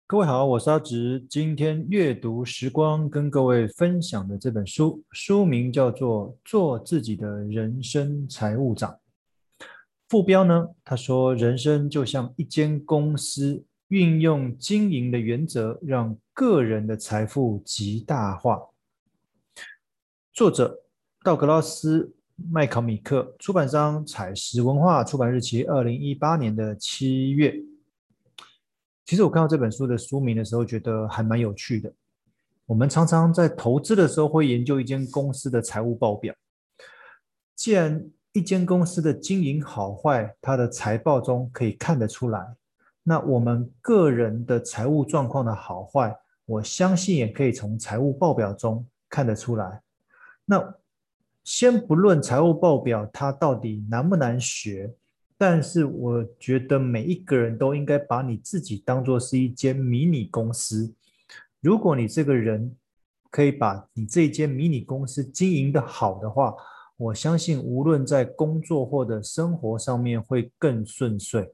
各位好，我是阿直。今天阅读时光跟各位分享的这本书，书名叫做《做自己的人生财务长》。副标呢，他说：人生就像一间公司，运用经营的原则，让个人的财富极大化。作者道格拉斯·麦考米克，出版商采石文化，出版日期2018年7月。其实我看到这本书的书名的时候，觉得还蛮有趣的。我们常常在投资的时候会研究一间公司的财务报表。既然一间公司的经营好坏，它的财报中可以看得出来，那我们个人的财务状况的好坏，我相信也可以从财务报表中看得出来。那先不论财务报表它到底难不难学，但是我觉得每一个人都应该把你自己当作是一间迷你公司。如果你这个人可以把你这一间迷你公司经营的好的话，我相信无论在工作或者生活上面会更顺遂。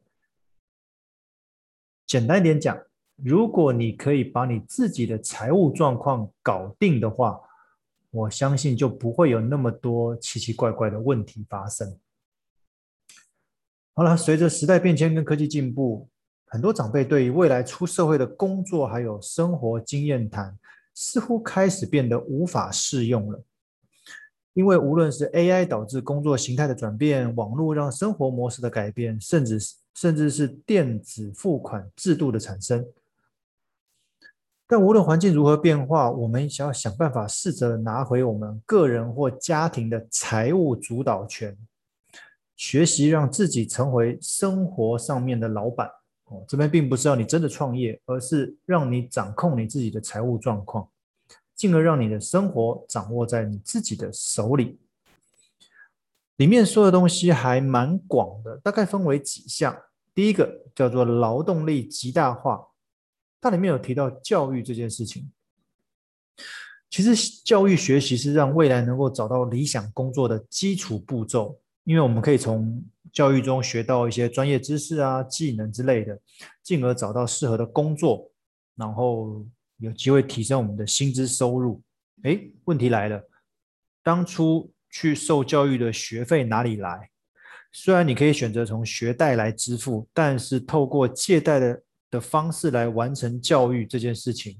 简单一点讲，如果你可以把你自己的财务状况搞定的话，我相信就不会有那么多奇奇怪怪的问题发生。好了，随着时代变迁跟科技进步，很多长辈对于未来出社会的工作还有生活经验谈，似乎开始变得无法适用了。因为无论是 AI 导致工作形态的转变，网络让生活模式的改变，甚至是电子付款制度的产生，但无论环境如何变化，我们想要想办法试着拿回我们个人或家庭的财务主导权，学习让自己成为生活上面的老板。这边并不是要你真的创业，而是让你掌控你自己的财务状况，进而让你的生活掌握在你自己的手里。里面说的东西还蛮广的，大概分为几项。第一个叫做劳动力极大化，它里面有提到教育这件事情。其实教育学习是让未来能够找到理想工作的基础步骤，因为我们可以从教育中学到一些专业知识啊、技能之类的，进而找到适合的工作，然后有机会提升我们的薪资收入。诶，问题来了，当初去受教育的学费哪里来？虽然你可以选择从学贷来支付，但是透过借贷的方式来完成教育这件事情，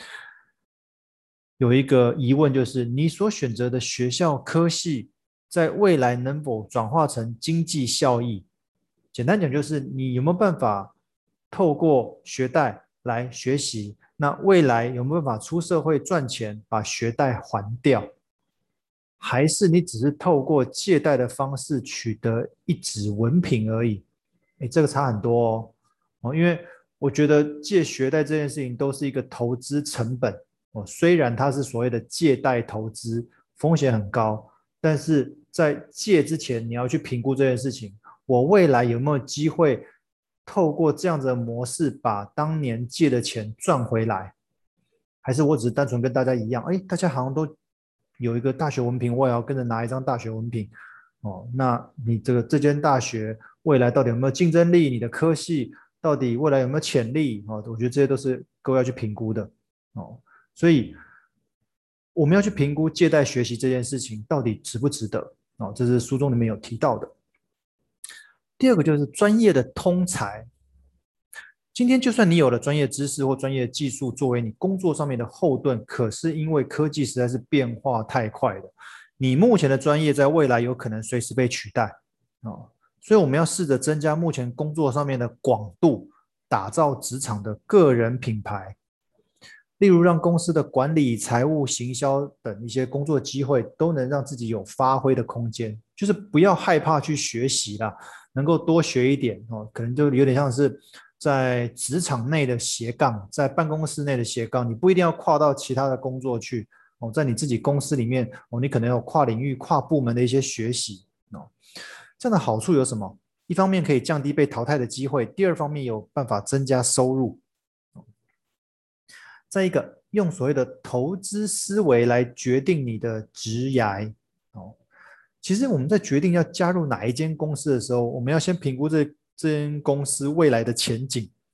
有一个疑问，就是你所选择的学校科系，在未来能否转化成经济效益？简单讲，就是你有没有办法透过学贷来学习？那未来有没有办法出社会赚钱，把学贷还掉？还是你只是透过借贷的方式取得一纸文凭而已？诶，这个差很多因为我觉得借学贷这件事情都是一个投资成本虽然它是所谓的借贷投资，风险很高，但是在借之前你要去评估这件事情，我未来有没有机会透过这样子的模式把当年借的钱赚回来？还是我只是单纯跟大家一样，哎，大家好像都有一个大学文凭，我也要跟着拿一张大学文凭那你这间大学未来到底有没有竞争力？你的科系到底未来有没有潜力？我觉得这些都是各位要去评估的所以我们要去评估借贷学习这件事情到底值不值得这是书中里面有提到的。第二个就是专业的通才，今天就算你有了专业知识或专业技术作为你工作上面的后盾，可是因为科技实在是变化太快了，你目前的专业在未来有可能随时被取代所以我们要试着增加目前工作上面的广度，打造职场的个人品牌。例如让公司的管理、财务、行销等一些工作机会都能让自己有发挥的空间，就是不要害怕去学习啦，能够多学一点可能就有点像是在职场内的斜杠，在办公室内的斜杠，你不一定要跨到其他的工作去在你自己公司里面你可能有跨领域、跨部门的一些学习这样的好处有什么？一方面可以降低被淘汰的机会，第二方面有办法增加收入。再一个，用所谓的投资思维来决定你的职涯其实我们在决定要加入哪一间公司的时候，我们要先评估这间公司未来的前景，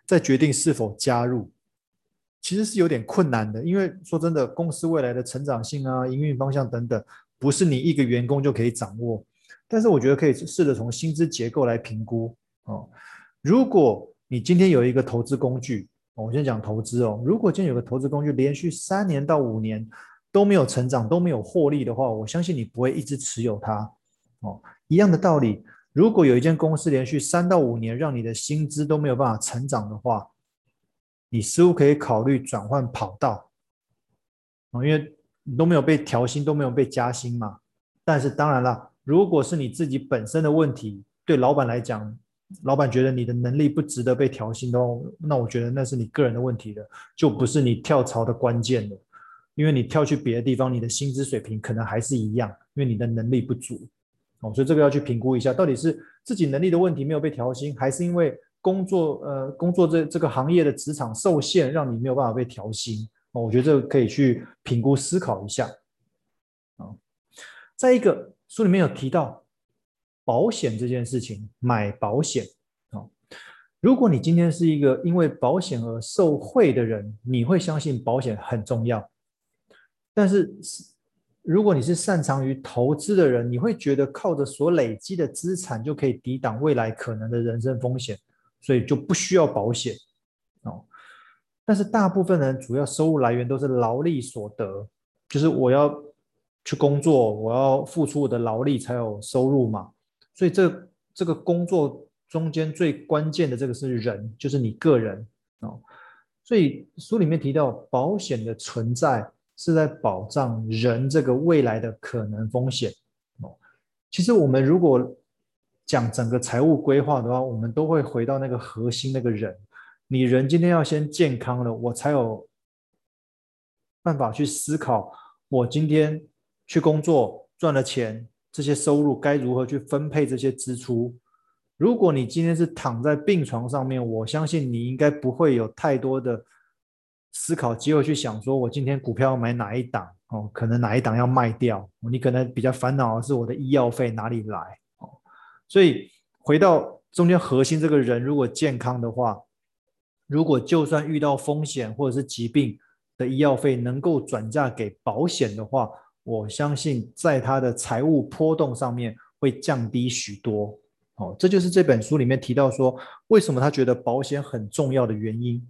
再决定是否加入，其实是有点困难的。因为说真的，公司未来的成长性啊、营运方向等等，不是你一个员工就可以掌握。但是我觉得可以试着从薪资结构来评估哦。如果你今天有一个投资工具，我先讲投资哦。如果今天有个投资工具连续3年到5年都没有成长、都没有获利的话，我相信你不会一直持有它哦。一样的道理，如果有一间公司连续3到5年让你的薪资都没有办法成长的话，你似乎可以考虑转换跑道哦，因为你都没有被调薪，都没有被加薪嘛。但是当然了，如果是你自己本身的问题，对老板来讲，老板觉得你的能力不值得被调薪的话，那我觉得那是你个人的问题了，就不是你跳槽的关键了。因为你跳去别的地方，你的薪资水平可能还是一样，因为你的能力不足哦，所以这个要去评估一下，到底是自己能力的问题没有被调薪，还是因为工作这个行业的职场受限，让你没有办法被调薪哦。我觉得这个可以去评估思考一下啊。再一个，书里面有提到保险这件事情，买保险哦。如果你今天是一个因为保险而受惠的人，你会相信保险很重要。但是如果你是擅长于投资的人，你会觉得靠着所累积的资产就可以抵挡未来可能的人生风险，所以就不需要保险哦。但是大部分人主要收入来源都是劳力所得，就是我要去工作，我要付出我的劳力才有收入嘛。所以这个工作中间最关键的这个是人，就是你个人哦。所以书里面提到保险的存在是在保障人这个未来的可能风险哦。其实我们如果讲整个财务规划的话，我们都会回到那个核心那个人。你人今天要先健康了，我才有办法去思考，我今天去工作赚了钱，这些收入该如何去分配这些支出。如果你今天是躺在病床上面，我相信你应该不会有太多的思考机会去想说，我今天股票要买哪一档哦，可能哪一档要卖掉，你可能比较烦恼的是我的医药费哪里来哦。所以回到中间核心，这个人如果健康的话，如果就算遇到风险或者是疾病的医药费能够转嫁给保险的话，我相信在他的财务波动上面会降低许多。哦，这就是这本书里面提到说，为什么他觉得保险很重要的原因。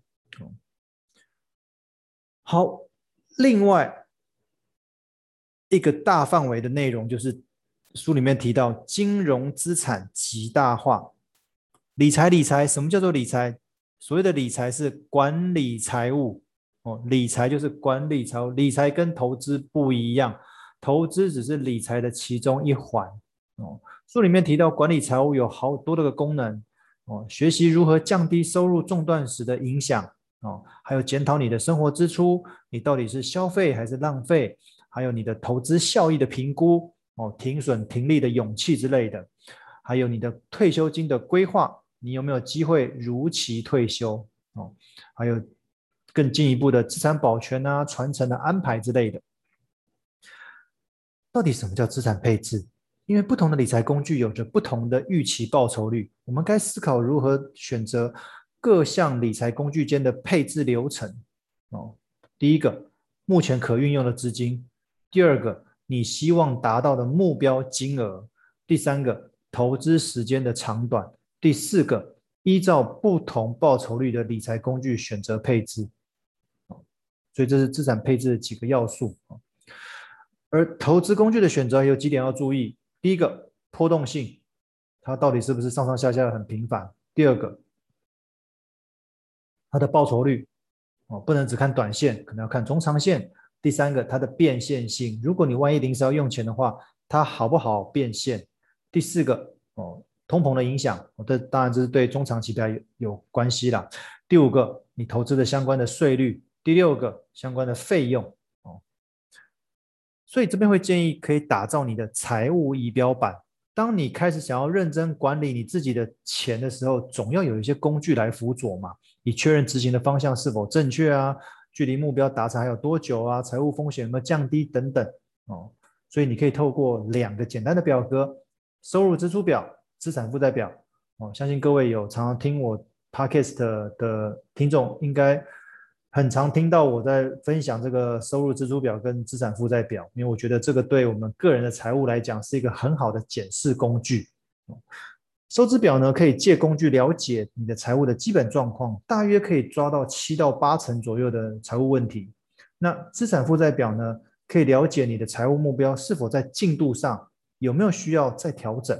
好，另外一个大范围的内容就是书里面提到金融资产极大化。理财，什么叫做理财？所谓的理财是管理财务哦，理财就是管理财务，理财跟投资不一样，投资只是理财的其中一环哦。书里面提到管理财务有好多的功能哦，学习如何降低收入中断时的影响哦，还有检讨你的生活支出，你到底是消费还是浪费，还有你的投资效益的评估哦，停损停利的勇气之类的，还有你的退休金的规划。你有没有机会如期退休哦？还有更进一步的资产保全啊、传承的安排之类的。到底什么叫资产配置？因为不同的理财工具有着不同的预期报酬率，我们该思考如何选择各项理财工具间的配置流程哦。第一个，目前可运用的资金；第二个，你希望达到的目标金额；第三个，投资时间的长短；第四个，依照不同报酬率的理财工具选择配置。所以这是资产配置的几个要素。而投资工具的选择有几点要注意：第一个，波动性，它到底是不是上上下下很频繁；第二个，它的报酬率哦，不能只看短线，可能要看中长线；第三个，它的变现性，如果你万一临时要用钱的话，它好不好变现；第四个哦，通膨的影响，这当然这是对中长期比较有关系啦；第五个，你投资的相关的税率；第六个，相关的费用哦。所以这边会建议可以打造你的财务仪表板。当你开始想要认真管理你自己的钱的时候，总要有一些工具来辅佐嘛，以确认执行的方向是否正确啊，距离目标达成还有多久啊，财务风险有没有降低等等哦。所以你可以透过2个简单的表格：收入支出表、资产负债表。哦，相信各位有常常听我 Podcast 的听众应该很常听到我在分享这个收入支出表跟资产负债表，因为我觉得这个对我们个人的财务来讲是一个很好的检视工具。收支表呢，可以借工具了解你的财务的基本状况，大约可以抓到7到8成左右的财务问题。那资产负债表呢，可以了解你的财务目标是否在进度上有没有需要再调整。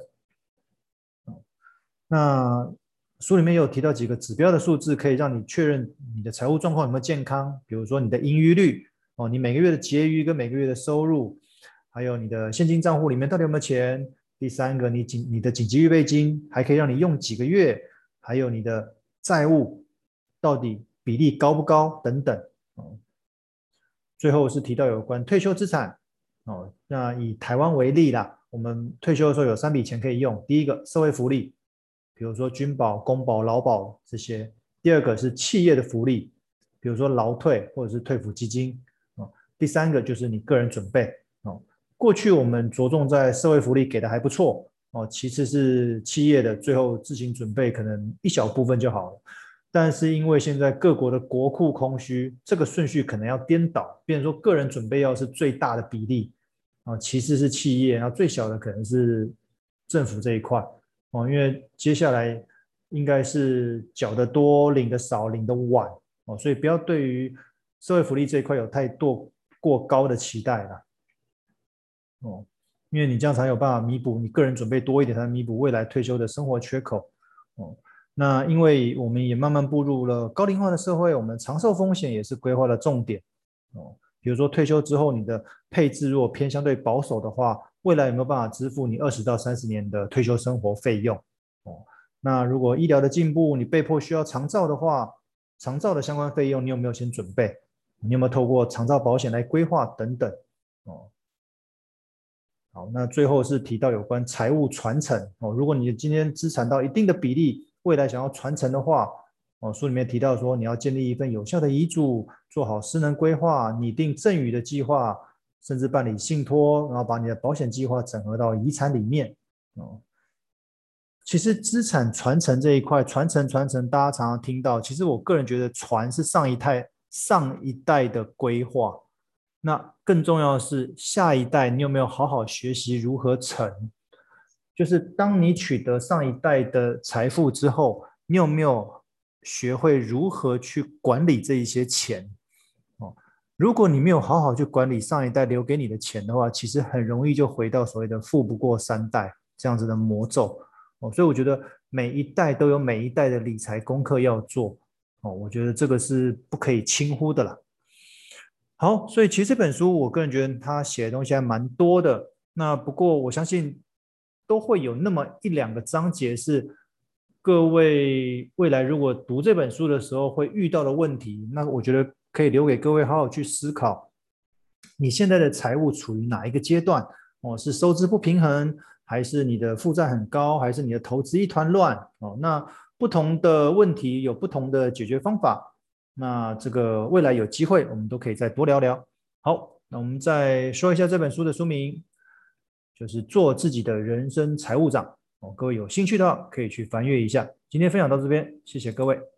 那书里面有提到几个指标的数字，可以让你确认你的财务状况有没有健康，比如说你的盈余率哦，你每个月的结余跟每个月的收入，还有你的现金账户里面到底有没有钱。第三个，你的紧急预备金还可以让你用几个月，还有你的债务到底比例高不高等等。最后是提到有关退休资产哦，那以台湾为例啦，我们退休的时候有3笔钱可以用，第一个社会福利，比如说军保、公保、劳保这些；第二个是企业的福利，比如说劳退或者是退抚基金哦；第三个就是你个人准备哦。过去我们着重在社会福利给的还不错哦，其次是企业的，最后自行准备可能一小部分就好了。但是因为现在各国的国库空虚，这个顺序可能要颠倒，变成说个人准备要是最大的比例啊，其次是企业，然后最小的可能是政府这一块哦，因为接下来应该是缴的多、领的少、领的晚哦，所以不要对于社会福利这一块有太多过高的期待啦。哦，因为你这样才有办法弥补你个人准备多一点，才能弥补未来退休的生活缺口。哦，那因为我们也慢慢步入了高龄化的社会，我们长寿风险也是规划的重点。哦，比如说退休之后你的配置如果偏相对保守的话，未来有没有办法支付你20到30年的退休生活费用？哦，那如果医疗的进步，你被迫需要长照的话，长照的相关费用你有没有先准备？你有没有透过长照保险来规划等等？哦。好，那最后是提到有关财务传承哦。如果你今天资产到一定的比例，未来想要传承的话，哦，书里面提到说你要建立一份有效的遗嘱，做好失能规划，拟定赠与的计划，甚至办理信托，然后把你的保险计划整合到遗产里面哦。其实资产传承这一块，传承，大家常常听到，其实我个人觉得传是上一代的规划。那更重要的是，下一代你有没有好好学习如何成？就是当你取得上一代的财富之后，你有没有学会如何去管理这一些钱？哦，如果你没有好好去管理上一代留给你的钱的话，其实很容易就回到所谓的富不过三代这样子的魔咒。哦，所以我觉得每一代都有每一代的理财功课要做。哦，我觉得这个是不可以轻忽的啦。好，所以其实这本书我个人觉得他写的东西还蛮多的。那不过我相信都会有那么1、2个章节是各位未来如果读这本书的时候会遇到的问题。那我觉得可以留给各位好好去思考，你现在的财务处于哪一个阶段？哦，是收支不平衡，还是你的负债很高，还是你的投资一团乱？哦，那不同的问题有不同的解决方法。那这个未来有机会，我们都可以再多聊聊。好，那我们再说一下这本书的书名，就是《做自己的人生财务长》哦。各位有兴趣的话，可以去翻阅一下。今天分享到这边，谢谢各位。